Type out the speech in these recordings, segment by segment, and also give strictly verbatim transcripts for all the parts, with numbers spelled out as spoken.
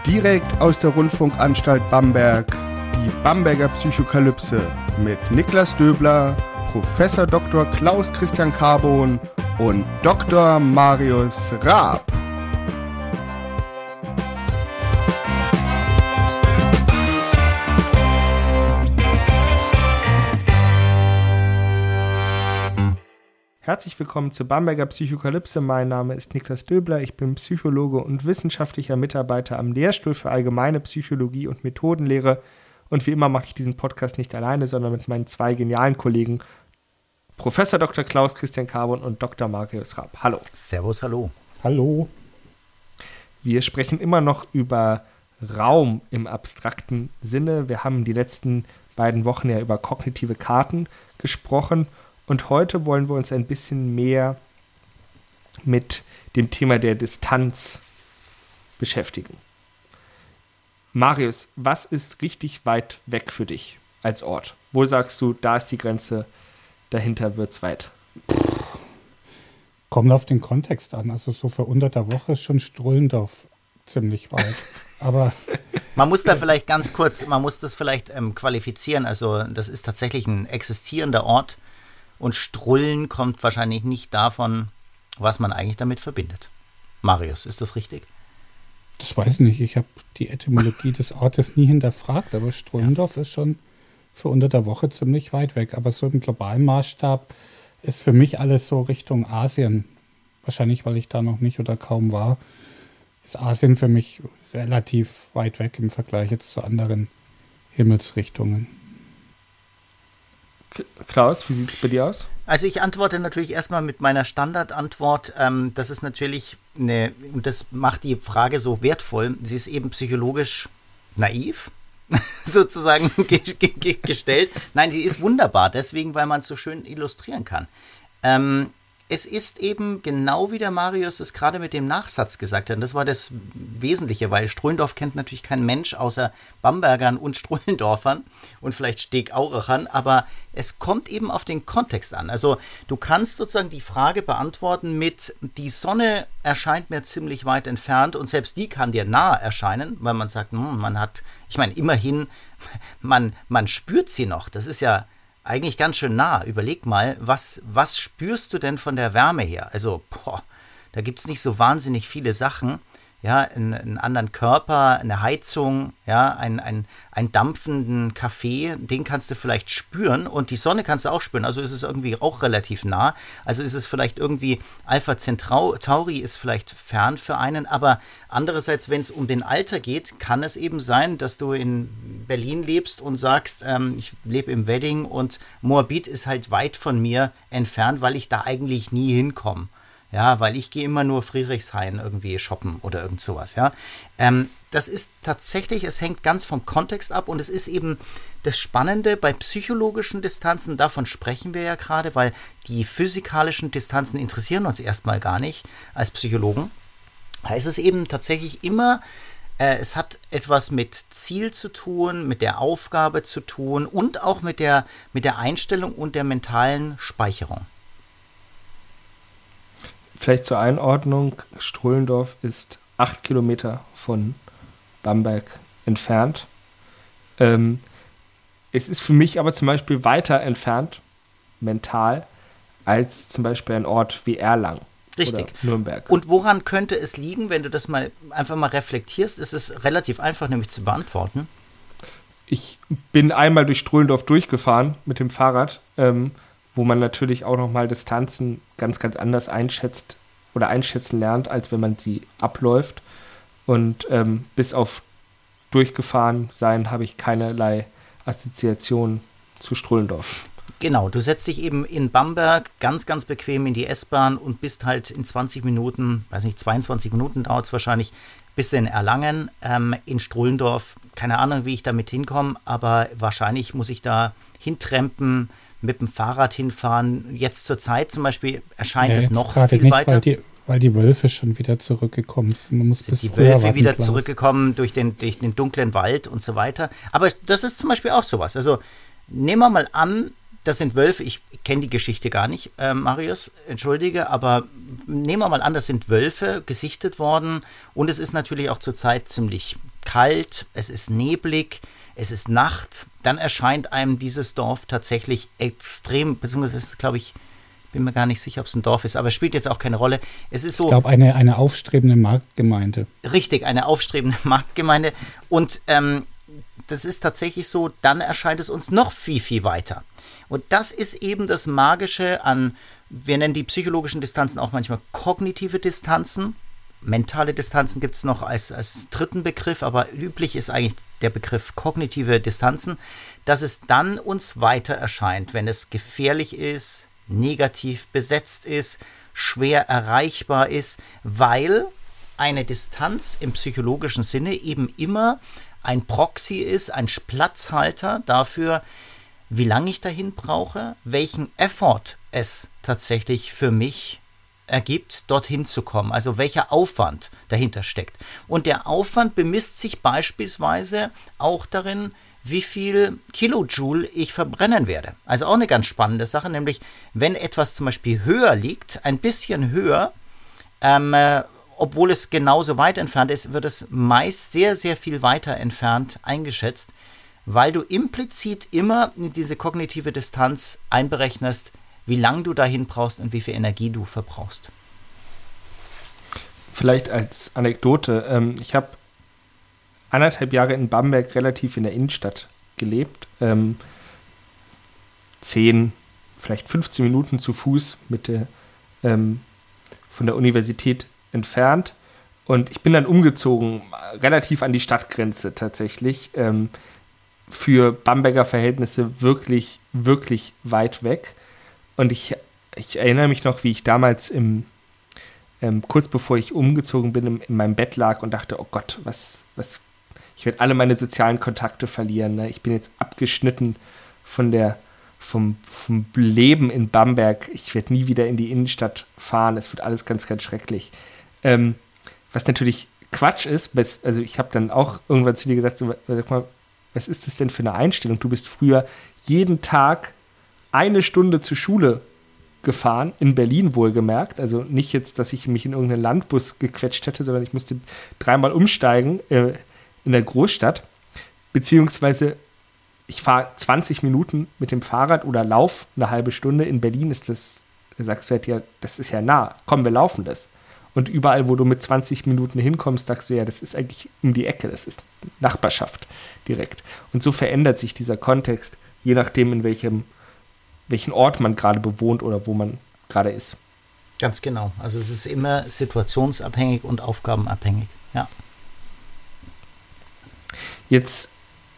Direkt aus der Rundfunkanstalt Bamberg, die Bamberger Psychokalypse mit Niklas Döbler, Professor Doktor Klaus Christian Carbon und Doktor Marius Raab. Herzlich willkommen zur Bamberger Psychokalypse. Mein Name ist Niklas Döbler. Ich bin Psychologe und wissenschaftlicher Mitarbeiter am Lehrstuhl für Allgemeine Psychologie und Methodenlehre. Und wie immer mache ich diesen Podcast nicht alleine, sondern mit meinen zwei genialen Kollegen, Professor Doktor Klaus Christian Carbon und Doktor Marius Raab. Hallo. Servus, hallo. Hallo. Wir sprechen immer noch über Raum im abstrakten Sinne. Wir haben die letzten beiden Wochen ja über kognitive Karten gesprochen. Und heute wollen wir uns ein bisschen mehr mit dem Thema der Distanz beschäftigen. Marius, was ist richtig weit weg für dich als Ort? Wo sagst du, da ist die Grenze, dahinter wird's weit? Kommt auf den Kontext an. Also so für unter der Woche ist schon Strullendorf ziemlich weit. Aber man muss da vielleicht ganz kurz, man muss das vielleicht ähm, qualifizieren. Also das ist tatsächlich ein existierender Ort. Und Strullen kommt wahrscheinlich nicht davon, was man eigentlich damit verbindet. Marius, ist das richtig? Das weiß ich nicht. Ich habe die Etymologie des Ortes nie hinterfragt, aber Strullendorf ja. ist schon für unter der Woche ziemlich weit weg. Aber so im globalen Maßstab ist für mich alles so Richtung Asien. Wahrscheinlich, weil ich da noch nicht oder kaum war, ist Asien für mich relativ weit weg im Vergleich jetzt zu anderen Himmelsrichtungen. Klaus, wie sieht es bei dir aus? Also ich antworte natürlich erstmal mit meiner Standardantwort. Ähm, das ist natürlich eine, und das macht die Frage so wertvoll, sie ist eben psychologisch naiv, sozusagen ge- ge- gestellt. Nein, sie ist wunderbar, deswegen, weil man es so schön illustrieren kann. Ähm, es ist eben genau wie der Marius es gerade mit dem Nachsatz gesagt hat. Und das war das Wesentliche, weil Strullendorf kennt natürlich kein Mensch außer Bambergern und Strullendorfern und vielleicht Stegaurachern, aber es kommt eben auf den Kontext an. Also du kannst sozusagen die Frage beantworten mit, die Sonne erscheint mir ziemlich weit entfernt und selbst die kann dir nahe erscheinen, weil man sagt, hm, man hat, ich meine, immerhin, man, man spürt sie noch. Das ist ja eigentlich ganz schön nah. Überleg mal, was, was spürst du denn von der Wärme her? Also, boah, da gibt es nicht so wahnsinnig viele Sachen. Ja, einen, einen anderen Körper, eine Heizung, ja, einen, einen, einen dampfenden Kaffee, den kannst du vielleicht spüren und die Sonne kannst du auch spüren. Also ist es irgendwie auch relativ nah. Also ist es vielleicht irgendwie Alpha Centauri ist vielleicht fern für einen, aber andererseits, wenn es um den Alter geht, kann es eben sein, dass du in Berlin lebst und sagst, ähm, ich lebe im Wedding und Moabit ist halt weit von mir entfernt, weil ich da eigentlich nie hinkomme. Ja, weil ich gehe immer nur Friedrichshain irgendwie shoppen oder irgend sowas, ja. Ähm, das ist tatsächlich, es hängt ganz vom Kontext ab und es ist eben das Spannende bei psychologischen Distanzen, davon sprechen wir ja gerade, weil die physikalischen Distanzen interessieren uns erstmal gar nicht als Psychologen. Da ist es eben tatsächlich immer, äh, es hat etwas mit Ziel zu tun, mit der Aufgabe zu tun und auch mit der, mit der Einstellung und der mentalen Speicherung. Vielleicht zur Einordnung, Strullendorf ist acht Kilometer von Bamberg entfernt. Ähm, es ist für mich aber zum Beispiel weiter entfernt, mental, als zum Beispiel ein Ort wie Erlangen. Richtig. Oder Nürnberg. Und woran könnte es liegen, wenn du das mal einfach mal reflektierst? Ist es relativ einfach, nämlich zu beantworten. Ich bin einmal durch Strullendorf durchgefahren mit dem Fahrrad, ähm, wo man natürlich auch nochmal Distanzen ganz, ganz anders einschätzt oder einschätzen lernt, als wenn man sie abläuft. Und ähm, bis auf durchgefahren sein habe ich keinerlei Assoziation zu Strullendorf. Genau, du setzt dich eben in Bamberg ganz, ganz bequem in die S-Bahn und bist halt in zwanzig Minuten, weiß nicht, zweiundzwanzig Minuten dauert es wahrscheinlich, bist du in Erlangen, ähm, in Strullendorf. Keine Ahnung, wie ich damit hinkomme, aber wahrscheinlich muss ich da hintrempen, mit dem Fahrrad hinfahren. Jetzt zur Zeit zum Beispiel erscheint ja, es noch viel nicht, weiter. Weil die, weil die Wölfe schon wieder zurückgekommen sind. Man muss sind die Wölfe wieder Klaus. zurückgekommen durch den, durch den dunklen Wald und so weiter. Aber das ist zum Beispiel auch sowas. Also nehmen wir mal an, das sind Wölfe, ich kenne die Geschichte gar nicht, äh, Marius, entschuldige, aber nehmen wir mal an, das sind Wölfe gesichtet worden und es ist natürlich auch zurzeit ziemlich kalt, es ist neblig, es ist Nacht, dann erscheint einem dieses Dorf tatsächlich extrem, beziehungsweise es ist, glaube ich, bin mir gar nicht sicher, ob es ein Dorf ist, aber es spielt jetzt auch keine Rolle. Es ist so. Ich glaube, eine, eine aufstrebende Marktgemeinde. Richtig, eine aufstrebende Marktgemeinde. Und ähm, das ist tatsächlich so, dann erscheint es uns noch viel, viel weiter. Und das ist eben das Magische an, wir nennen die psychologischen Distanzen auch manchmal kognitive Distanzen. Mentale Distanzen gibt es noch als, als dritten Begriff, aber üblich ist eigentlich der Begriff kognitive Distanzen, dass es dann uns weiter erscheint, wenn es gefährlich ist, negativ besetzt ist, schwer erreichbar ist, weil eine Distanz im psychologischen Sinne eben immer ein Proxy ist, ein Platzhalter dafür, wie lange ich dahin brauche, welchen Effort es tatsächlich für mich ergibt, dorthin zu kommen, also welcher Aufwand dahinter steckt. Und der Aufwand bemisst sich beispielsweise auch darin, wie viel Kilojoule ich verbrennen werde. Also auch eine ganz spannende Sache, nämlich wenn etwas zum Beispiel höher liegt, ein bisschen höher, ähm, äh, obwohl es genauso weit entfernt ist, wird es meist sehr, sehr viel weiter entfernt eingeschätzt, weil du implizit immer in diese kognitive Distanz einberechnest, wie lange du dahin brauchst und wie viel Energie du verbrauchst. Vielleicht als Anekdote, ähm, ich habe anderthalb Jahre in Bamberg relativ in der Innenstadt gelebt, ähm, zehn, vielleicht fünfzehn Minuten zu Fuß mit der, ähm, von der Universität entfernt und ich bin dann umgezogen, relativ an die Stadtgrenze tatsächlich, ähm, für Bamberger Verhältnisse wirklich, wirklich weit weg. Und ich, ich erinnere mich noch, wie ich damals im, ähm, kurz bevor ich umgezogen bin, in, in meinem Bett lag und dachte, oh Gott, was, was, ich werde alle meine sozialen Kontakte verlieren. Ne? Ich bin jetzt abgeschnitten von der, vom, vom Leben in Bamberg. Ich werde nie wieder in die Innenstadt fahren. Es wird alles ganz, ganz schrecklich. Ähm, was natürlich Quatsch ist, also ich habe dann auch irgendwann zu dir gesagt, so, sag mal, was ist das denn für eine Einstellung? Du bist früher jeden Tag eine Stunde zur Schule gefahren, in Berlin wohlgemerkt. Also nicht jetzt, dass ich mich in irgendeinen Landbus gequetscht hätte, sondern ich musste dreimal umsteigen äh, in der Großstadt. Beziehungsweise ich fahre zwanzig Minuten mit dem Fahrrad oder lauf eine halbe Stunde. In Berlin ist das, da sagst du halt, ja, das ist ja nah. Komm, wir laufen das. Und überall, wo du mit zwanzig Minuten hinkommst, sagst du, ja, das ist eigentlich um die Ecke. Das ist Nachbarschaft direkt. Und so verändert sich dieser Kontext, je nachdem, in welchem welchen Ort man gerade bewohnt oder wo man gerade ist. Ganz genau. Also es ist immer situationsabhängig und aufgabenabhängig. Ja. Jetzt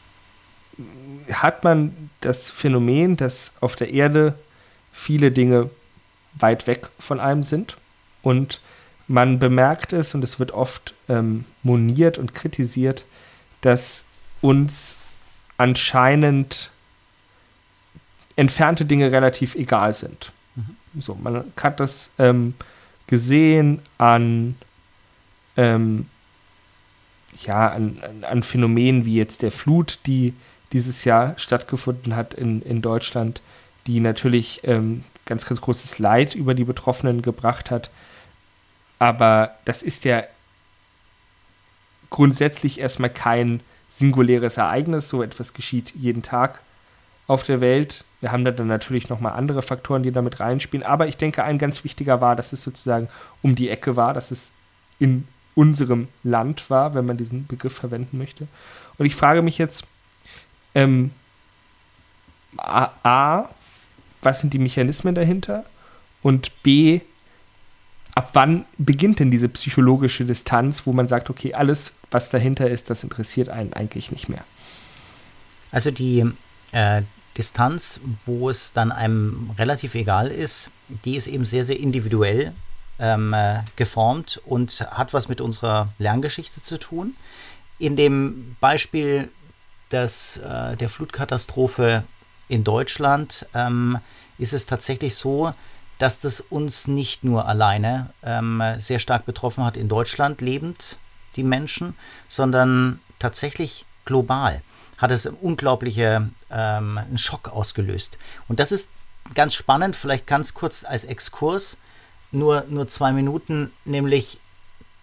hat man das Phänomen, dass auf der Erde viele Dinge weit weg von einem sind und man bemerkt es und es wird oft ähm, moniert und kritisiert, dass uns anscheinend entfernte Dinge relativ egal sind. Mhm. So, man hat das ähm, gesehen an, ähm, ja, an, an, an Phänomenen wie jetzt der Flut, die dieses Jahr stattgefunden hat in, in Deutschland, die natürlich ähm, ganz, ganz großes Leid über die Betroffenen gebracht hat. Aber das ist ja grundsätzlich erstmal kein singuläres Ereignis. So etwas geschieht jeden Tag auf der Welt. Wir haben da dann natürlich nochmal andere Faktoren, die damit reinspielen. Aber ich denke, ein ganz wichtiger war, dass es sozusagen um die Ecke war, dass es in unserem Land war, wenn man diesen Begriff verwenden möchte. Und ich frage mich jetzt, ähm, A, A, was sind die Mechanismen dahinter? Und B, ab wann beginnt denn diese psychologische Distanz, wo man sagt, okay, alles, was dahinter ist, das interessiert einen eigentlich nicht mehr? Also die äh, Distanz, wo es dann einem relativ egal ist, die ist eben sehr, sehr individuell ähm, äh, geformt und hat was mit unserer Lerngeschichte zu tun. In dem Beispiel des, äh, der Flutkatastrophe in Deutschland ähm, ist es tatsächlich so, dass das uns nicht nur alleine ähm, sehr stark betroffen hat in Deutschland lebend, die Menschen, sondern tatsächlich global hat es unglaubliche ähm, einen Schock ausgelöst. Und das ist ganz spannend, vielleicht ganz kurz als Exkurs, nur, nur zwei Minuten, nämlich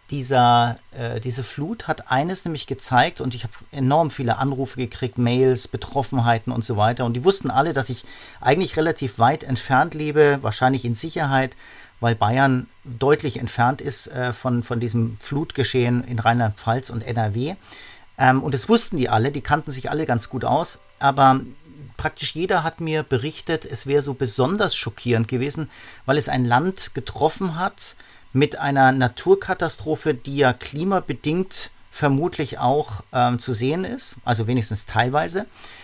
dieser, äh, diese Flut hat eines nämlich gezeigt, und ich habe enorm viele Anrufe gekriegt, Mails, Betroffenheiten und so weiter. Und die wussten alle, dass ich eigentlich relativ weit entfernt lebe, wahrscheinlich in Sicherheit, weil Bayern deutlich entfernt ist äh, von, von diesem Flutgeschehen in Rheinland-Pfalz und N R W. Ähm, und das wussten die alle, die kannten sich alle ganz gut aus. Aber praktisch jeder hat mir berichtet, es wäre so besonders schockierend gewesen, weil es ein Land getroffen hat, mit einer Naturkatastrophe, die ja klimabedingt vermutlich auch ähm, zu sehen ist, also wenigstens teilweise.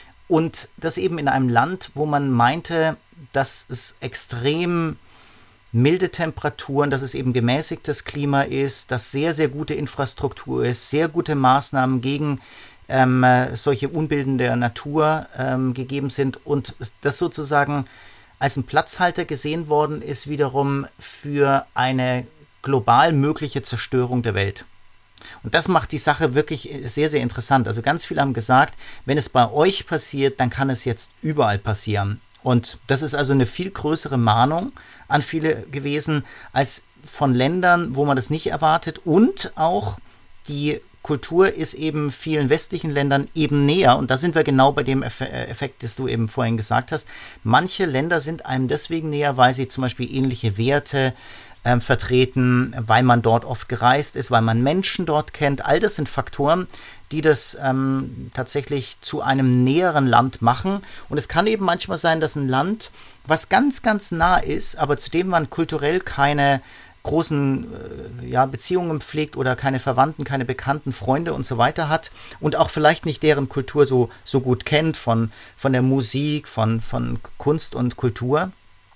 Und das eben in einem Land, wo man meinte, dass es extrem milde Temperaturen, dass es eben gemäßigtes Klima ist, dass sehr, sehr gute Infrastruktur ist, sehr gute Maßnahmen gegen ähm, solche Unbilden der Natur ähm, gegeben sind und das sozusagen als ein Platzhalter gesehen worden ist, wiederum für eine global mögliche Zerstörung der Welt. Und das macht die Sache wirklich sehr, sehr interessant. Also ganz viele haben gesagt, wenn es bei euch passiert, dann kann es jetzt überall passieren. Und das ist also eine viel größere Mahnung an viele gewesen, als von Ländern, wo man das nicht erwartet. Und auch die Kultur ist eben vielen westlichen Ländern eben näher. Und da sind wir genau bei dem Effekt, das du eben vorhin gesagt hast. Manche Länder sind einem deswegen näher, weil sie zum Beispiel ähnliche Werte ähm, vertreten, weil man dort oft gereist ist, weil man Menschen dort kennt. All das sind Faktoren, die das ähm, tatsächlich zu einem näheren Land machen. Und es kann eben manchmal sein, dass ein Land, was ganz, ganz nah ist, aber zu dem man kulturell keine großen äh, ja, Beziehungen pflegt oder keine Verwandten, keine Bekannten, Freunde und so weiter hat und auch vielleicht nicht deren Kultur so, so gut kennt, von, von der Musik, von, von Kunst und Kultur,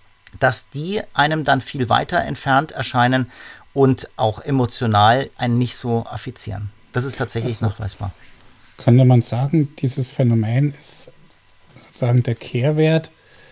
dass die einem dann viel weiter entfernt erscheinen und auch emotional einen nicht so affizieren. Das ist tatsächlich also, nachweisbar. Könnte man sagen, dieses Phänomen ist sozusagen der Kehrwert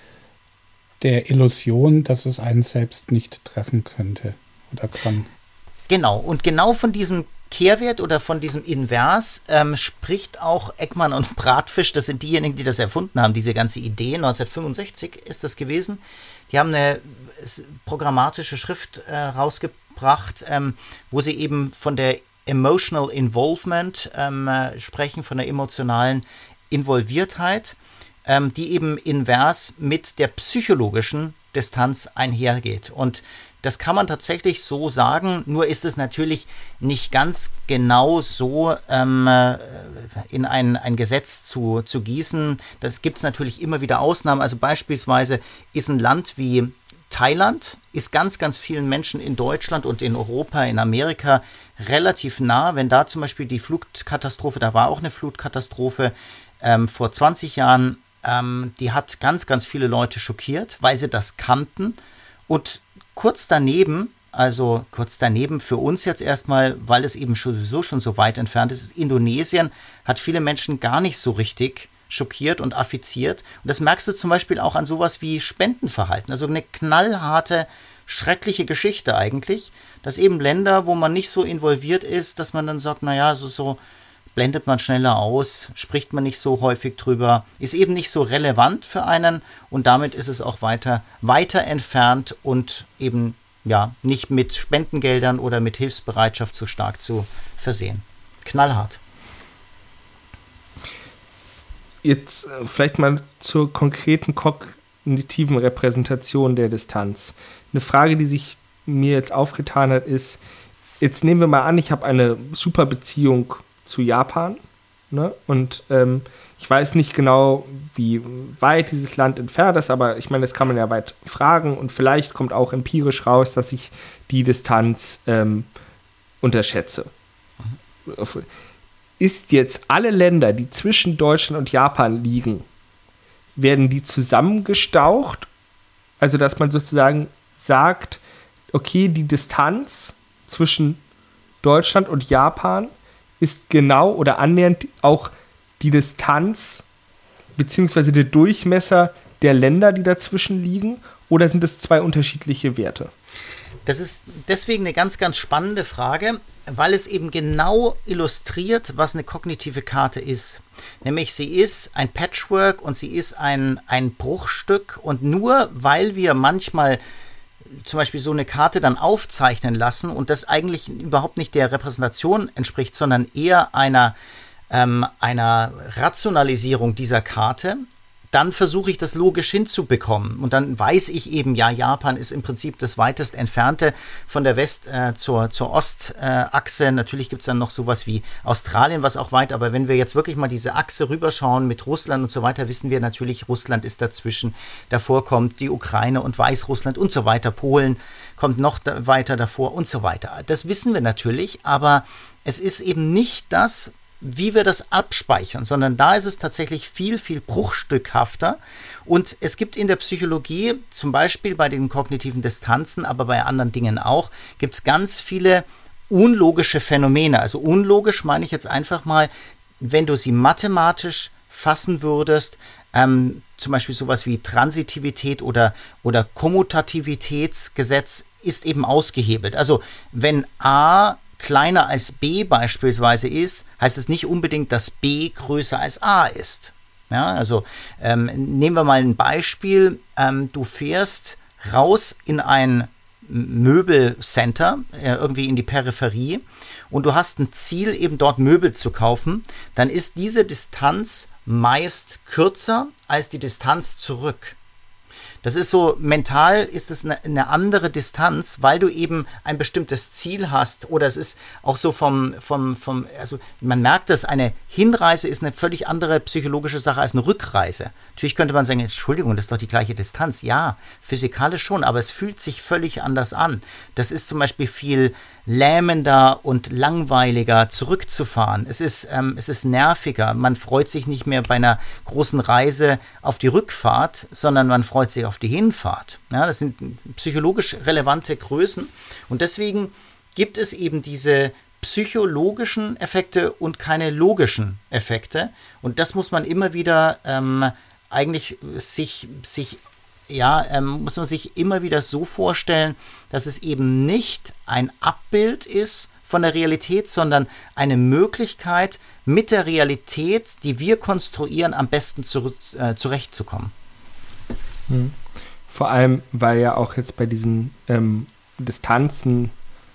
der Illusion, dass es einen selbst nicht treffen könnte oder kann. Genau, und genau von diesem Kehrwert oder von diesem Invers ähm, spricht auch Ekman und Bratfisch. Das sind diejenigen, die das erfunden haben, diese ganze Idee. neunzehnhundertfünfundsechzig ist das gewesen. Die haben eine programmatische Schrift äh, rausgebracht, ähm, wo sie eben von der Emotional Involvement ähm, äh, sprechen, von der emotionalen Involviertheit, ähm, die eben invers mit der psychologischen Distanz einhergeht. Und das kann man tatsächlich so sagen, nur ist es natürlich nicht ganz genau so ähm, in ein, ein Gesetz zu, zu gießen. Das gibt es natürlich immer wieder Ausnahmen. Also beispielsweise ist ein Land wie Thailand, ist ganz, ganz vielen Menschen in Deutschland und in Europa, in Amerika relativ nah. Wenn da zum Beispiel die Flutkatastrophe, da war auch eine Flutkatastrophe ähm, vor zwanzig Jahren, ähm, die hat ganz, ganz viele Leute schockiert, weil sie das kannten. Und kurz daneben, also kurz daneben für uns jetzt erstmal, weil es eben sowieso schon so weit entfernt ist, ist Indonesien, hat viele Menschen gar nicht so richtig schockiert und affiziert. Und das merkst du zum Beispiel auch an sowas wie Spendenverhalten. Also eine knallharte, schreckliche Geschichte eigentlich, dass eben Länder, wo man nicht so involviert ist, dass man dann sagt, naja, so, so blendet man schneller aus, spricht man nicht so häufig drüber, ist eben nicht so relevant für einen und damit ist es auch weiter, weiter entfernt und eben ja nicht mit Spendengeldern oder mit Hilfsbereitschaft so stark zu versehen. Knallhart. Jetzt äh, vielleicht mal zur konkreten kognitiven Repräsentation der Distanz. Eine Frage, die sich mir jetzt aufgetan hat, ist, jetzt nehmen wir mal an, ich habe eine super Beziehung zu Japan, ne? Und ähm, ich weiß nicht genau, wie weit dieses Land entfernt ist, aber ich meine, das kann man ja weit fragen und vielleicht kommt auch empirisch raus, dass ich die Distanz ähm, unterschätze. Mhm. Ist jetzt alle Länder, die zwischen Deutschland und Japan liegen, werden die zusammengestaucht? Also, dass man sozusagen sagt, okay, die Distanz zwischen Deutschland und Japan ist genau oder annähernd auch die Distanz bzw. der Durchmesser der Länder, die dazwischen liegen? Oder sind es zwei unterschiedliche Werte? Das ist deswegen eine ganz, ganz spannende Frage, weil es eben genau illustriert, was eine kognitive Karte ist. Nämlich sie ist ein Patchwork und sie ist ein, ein Bruchstück und nur weil wir manchmal zum Beispiel so eine Karte dann aufzeichnen lassen und das eigentlich überhaupt nicht der Repräsentation entspricht, sondern eher einer, ähm, einer Rationalisierung dieser Karte, dann versuche ich das logisch hinzubekommen. Und dann weiß ich eben, ja, Japan ist im Prinzip das weitest entfernte von der West- äh, zur, zur Ostachse. Äh, Natürlich gibt es dann noch sowas wie Australien, was auch weit, aber wenn wir jetzt wirklich mal diese Achse rüberschauen mit Russland und so weiter, wissen wir natürlich, Russland ist dazwischen. Davor kommt die Ukraine und Weißrussland und so weiter. Polen kommt noch da weiter davor und so weiter. Das wissen wir natürlich, aber es ist eben nicht das, wie wir das abspeichern, sondern da ist es tatsächlich viel, viel bruchstückhafter. Und es gibt in der Psychologie, zum Beispiel bei den kognitiven Distanzen, aber bei anderen Dingen auch, gibt es ganz viele unlogische Phänomene. Also unlogisch meine ich jetzt einfach mal, wenn du sie mathematisch fassen würdest, ähm, zum Beispiel sowas wie Transitivität oder, oder Kommutativitätsgesetz ist eben ausgehebelt. Also wenn A kleiner als B beispielsweise ist, heißt es nicht unbedingt, dass B größer als A ist. Ja, also ähm, nehmen wir mal ein Beispiel. Ähm, du fährst raus in ein Möbelcenter, äh, irgendwie in die Peripherie, und du hast ein Ziel, eben dort Möbel zu kaufen, dann ist diese Distanz meist kürzer als die Distanz zurück. Das ist so, mental ist es eine, eine andere Distanz, weil du eben ein bestimmtes Ziel hast. Oder es ist auch so vom, vom, vom, also man merkt, dass eine Hinreise ist eine völlig andere psychologische Sache als eine Rückreise. Natürlich könnte man sagen, Entschuldigung, das ist doch die gleiche Distanz. Ja, physikalisch schon, aber es fühlt sich völlig anders an. Das ist zum Beispiel viel lähmender und langweiliger zurückzufahren. Es ist, ähm, es ist nerviger. Man freut sich nicht mehr bei einer großen Reise auf die Rückfahrt, sondern man freut sich auf die Hinfahrt. Ja, das sind psychologisch relevante Größen. Und deswegen gibt es eben diese psychologischen Effekte und keine logischen Effekte. Und das muss man immer wieder ähm, eigentlich sich, sich ja, ähm, muss man sich immer wieder so vorstellen, dass es eben nicht ein Abbild ist von der Realität, sondern eine Möglichkeit, mit der Realität, die wir konstruieren, am besten zu, äh, zurechtzukommen. Hm. Vor allem, weil ja auch jetzt bei diesen ähm, Distanzen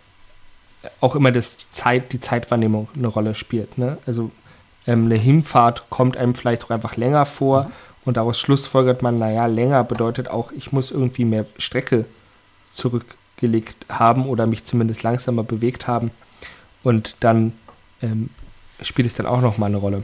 auch immer das Zeit, die Zeitwahrnehmung eine Rolle spielt. Ne? Also ähm, eine Hinfahrt kommt einem vielleicht auch einfach länger vor, mhm. und daraus schlussfolgert man, naja, länger bedeutet auch, ich muss irgendwie mehr Strecke zurückgelegt haben oder mich zumindest langsamer bewegt haben. Und dann ähm, spielt es dann auch nochmal eine Rolle.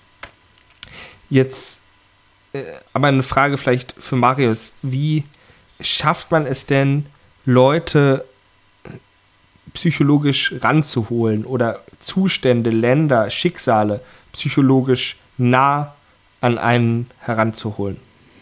Jetzt äh, aber eine Frage vielleicht für Marius. Wie schafft man es denn, Leute psychologisch ranzuholen oder Zustände, Länder, Schicksale psychologisch nah an einen heranzuholen?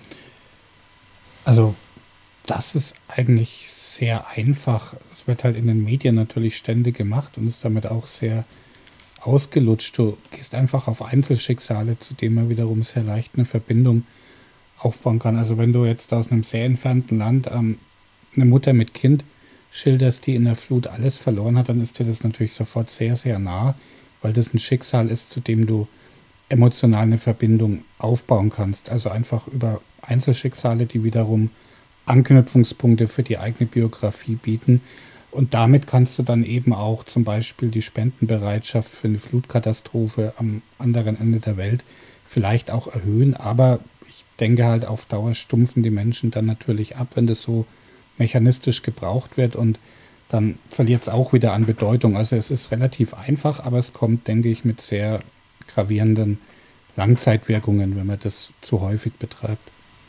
Also das ist eigentlich sehr einfach. Es wird halt in den Medien natürlich ständig gemacht und ist damit auch sehr ausgelutscht. Du gehst einfach auf Einzelschicksale, zu denen man wiederum sehr leicht eine Verbindung aufbauen kann. Also wenn du jetzt aus einem sehr entfernten Land ähm, eine Mutter mit Kind schilderst, die in der Flut alles verloren hat, dann ist dir das natürlich sofort sehr, sehr nah, weil das ein Schicksal ist, zu dem du emotional eine Verbindung aufbauen kannst. Also einfach über Einzelschicksale, die wiederum Anknüpfungspunkte für die eigene Biografie bieten. Und damit kannst du dann eben auch zum Beispiel die Spendenbereitschaft für eine Flutkatastrophe am anderen Ende der Welt vielleicht auch erhöhen. Aber ich denke halt, auf Dauer stumpfen die Menschen dann natürlich ab, wenn das so mechanistisch gebraucht wird, und dann verliert es auch wieder an Bedeutung. Also es ist relativ einfach, aber es kommt, denke ich, mit sehr gravierenden Langzeitwirkungen, wenn man das zu häufig betreibt.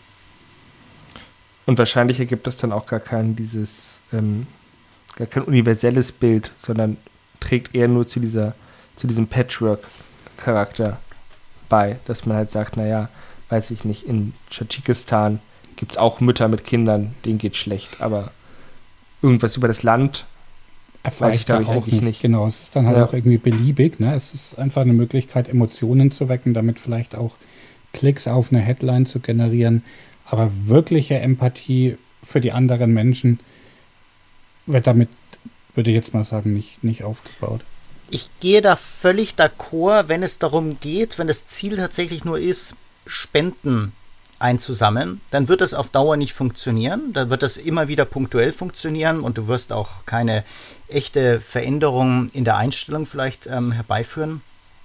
Und wahrscheinlich ergibt das dann auch gar kein dieses ähm, gar kein universelles Bild, sondern trägt eher nur zu dieser zu diesem Patchwork-Charakter bei, dass man halt sagt, naja, weiß ich nicht, in Tadschikistan gibt es auch Mütter mit Kindern, denen geht schlecht, aber irgendwas über das Land weiß ich da auch nicht. nicht. Genau, es ist dann halt ja. auch irgendwie beliebig. Ne? Es ist einfach eine Möglichkeit, Emotionen zu wecken, damit vielleicht auch Klicks auf eine Headline zu generieren. Aber wirkliche Empathie für die anderen Menschen wird damit, würde ich jetzt mal sagen, nicht, nicht aufgebaut. Ich gehe da völlig d'accord, wenn es darum geht, wenn das Ziel tatsächlich nur ist, Spenden einzusammeln, dann wird das auf Dauer nicht funktionieren. Dann wird das immer wieder punktuell funktionieren und du wirst auch keine echte Veränderung in der Einstellung vielleicht ähm, herbeiführen.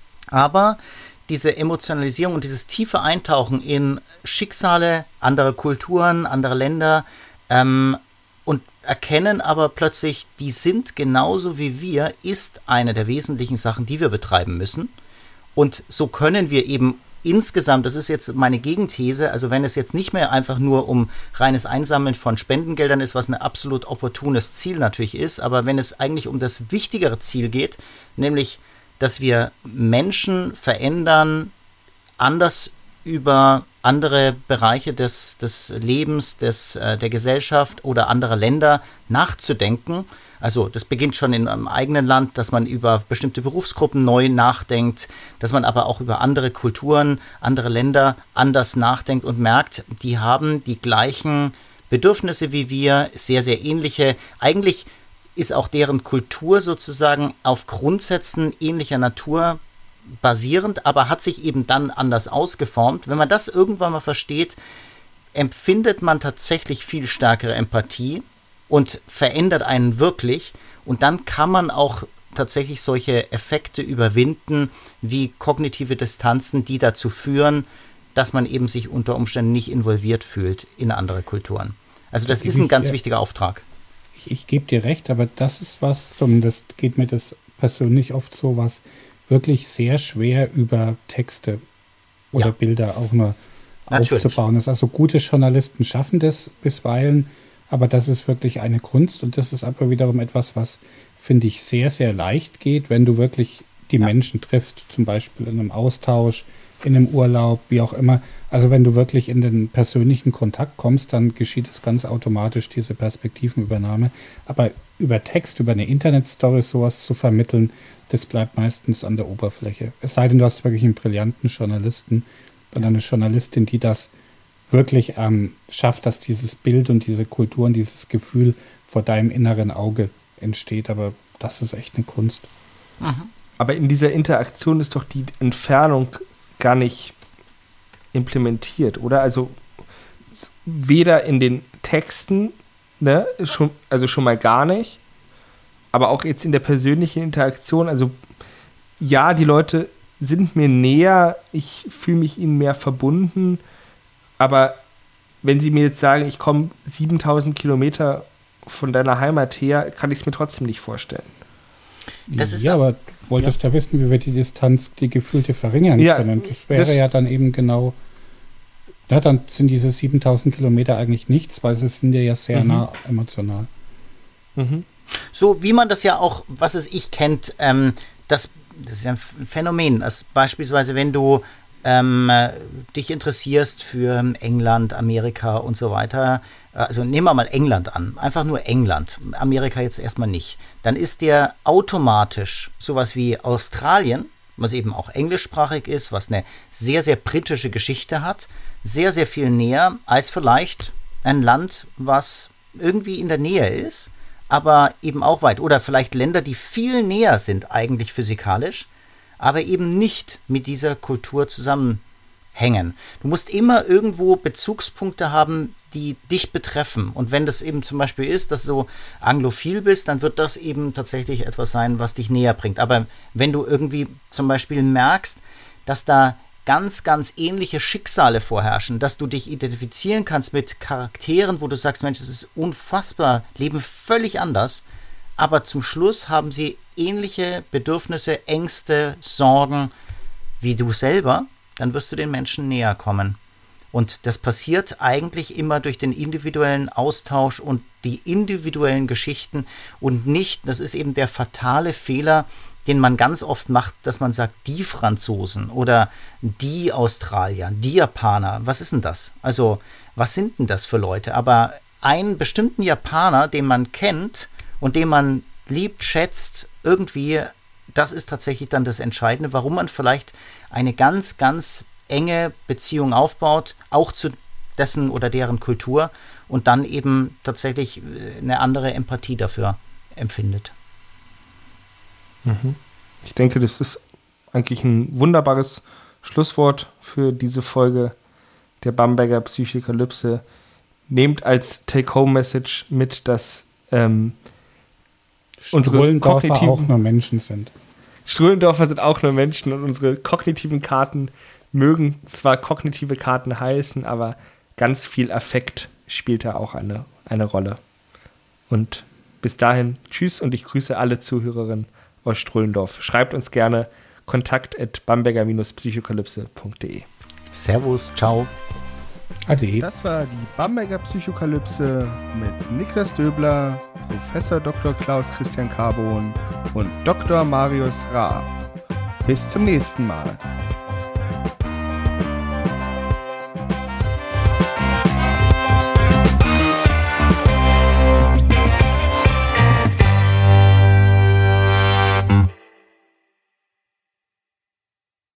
Aber diese Emotionalisierung und dieses tiefe Eintauchen in Schicksale anderer Kulturen, anderer Länder ähm, und erkennen aber plötzlich, die sind genauso wie wir, ist eine der wesentlichen Sachen, die wir betreiben müssen. Und so können wir eben insgesamt, das ist jetzt meine Gegenthese, also wenn es jetzt nicht mehr einfach nur um reines Einsammeln von Spendengeldern ist, was ein absolut opportunes Ziel natürlich ist, aber wenn es eigentlich um das wichtigere Ziel geht, nämlich, dass wir Menschen verändern, anders über andere Bereiche des, des Lebens, des, äh, der Gesellschaft oder anderer Länder nachzudenken. Also das beginnt schon in einem eigenen Land, dass man über bestimmte Berufsgruppen neu nachdenkt, dass man aber auch über andere Kulturen, andere Länder anders nachdenkt und merkt, die haben die gleichen Bedürfnisse wie wir, sehr, sehr ähnliche. Eigentlich ist auch deren Kultur sozusagen auf Grundsätzen ähnlicher Natur basierend, aber hat sich eben dann anders ausgeformt. Wenn man das irgendwann mal versteht, empfindet man tatsächlich viel stärkere Empathie und verändert einen wirklich. Und dann kann man auch tatsächlich solche Effekte überwinden, wie kognitive Distanzen, die dazu führen, dass man eben sich unter Umständen nicht involviert fühlt in andere Kulturen. Also das ist ein ganz wichtiger Auftrag. Ich, ich gebe dir recht, aber das ist was, das geht mir das persönlich oft so, was wirklich sehr schwer über Texte oder ja. Bilder auch nur Natürlich. aufzubauen ist. Also gute Journalisten schaffen das bisweilen, aber das ist wirklich eine Kunst und das ist aber wiederum etwas, was, finde ich, sehr, sehr leicht geht, wenn du wirklich die ja. Menschen triffst, zum Beispiel in einem Austausch, in einem Urlaub, wie auch immer. Also wenn du wirklich in den persönlichen Kontakt kommst, dann geschieht es ganz automatisch, diese Perspektivenübernahme. Aber über Text, über eine Internetstory sowas zu vermitteln, das bleibt meistens an der Oberfläche. Es sei denn, du hast wirklich einen brillanten Journalisten oder eine Journalistin, die das wirklich ähm, schafft, dass dieses Bild und diese Kultur und dieses Gefühl vor deinem inneren Auge entsteht. Aber das ist echt eine Kunst. Mhm. Aber in dieser Interaktion ist doch die Entfernung gar nicht implementiert, oder? Also weder in den Texten, ne, schon, also schon mal gar nicht, aber auch jetzt in der persönlichen Interaktion, also ja, die Leute sind mir näher, ich fühle mich ihnen mehr verbunden, aber wenn sie mir jetzt sagen, ich komme siebentausend Kilometer von deiner Heimat her, kann ich es mir trotzdem nicht vorstellen. Das ist ja, aber du wolltest ja. ja wissen, wie wir die Distanz, die gefühlte verringern ja, können. Das wäre das ja dann eben genau, ja, dann sind diese siebentausend Kilometer eigentlich nichts, weil sie sind ja sehr mhm. nah emotional. Mhm. So wie man das ja auch, was es ich kennt, ähm, das, das ist ja ein Phänomen. Also beispielsweise, wenn du ähm, dich interessierst für England, Amerika und so weiter, also nehmen wir mal England an, einfach nur England, Amerika jetzt erstmal nicht, dann ist der automatisch sowas wie Australien, was eben auch englischsprachig ist, was eine sehr, sehr britische Geschichte hat, sehr, sehr viel näher als vielleicht ein Land, was irgendwie in der Nähe ist, aber eben auch weit. Oder vielleicht Länder, die viel näher sind eigentlich physikalisch, aber eben nicht mit dieser Kultur zusammenhängen. Du musst immer irgendwo Bezugspunkte haben, die dich betreffen. Und wenn das eben zum Beispiel ist, dass du anglophil bist, dann wird das eben tatsächlich etwas sein, was dich näher bringt. Aber wenn du irgendwie zum Beispiel merkst, dass da ganz, ganz ähnliche Schicksale vorherrschen, dass du dich identifizieren kannst mit Charakteren, wo du sagst, Mensch, das ist unfassbar, leben völlig anders, aber zum Schluss haben sie ähnliche Bedürfnisse, Ängste, Sorgen wie du selber, dann wirst du den Menschen näher kommen. Und das passiert eigentlich immer durch den individuellen Austausch und die individuellen Geschichten und nicht, das ist eben der fatale Fehler, den man ganz oft macht, dass man sagt, die Franzosen oder die Australier, die Japaner, was ist denn das? Also, was sind denn das für Leute? Aber einen bestimmten Japaner, den man kennt und den man liebt, schätzt, irgendwie, das ist tatsächlich dann das Entscheidende, warum man vielleicht eine ganz, ganz enge Beziehung aufbaut, auch zu dessen oder deren Kultur und dann eben tatsächlich eine andere Empathie dafür empfindet. Ich denke, das ist eigentlich ein wunderbares Schlusswort für diese Folge. der Bamberger Psychokalypse. Nehmt als Take-Home-Message mit, dass ähm, unsere Strullendorfer kognitiven auch nur Menschen sind. Strullendorfer sind auch nur Menschen und unsere kognitiven Karten mögen zwar kognitive Karten heißen, aber ganz viel Affekt spielt da auch eine, eine Rolle. Und bis dahin, tschüss und ich grüße alle Zuhörerinnen aus Strullendorf. Schreibt uns gerne kontakt at bamberger psychokalypse punkt de. Servus, ciao. Ade. Das war die Bamberger Psychokalypse mit Niklas Döbler, Professor Doktor Klaus Christian Carbon und Doktor Marius Raab. Bis zum nächsten Mal.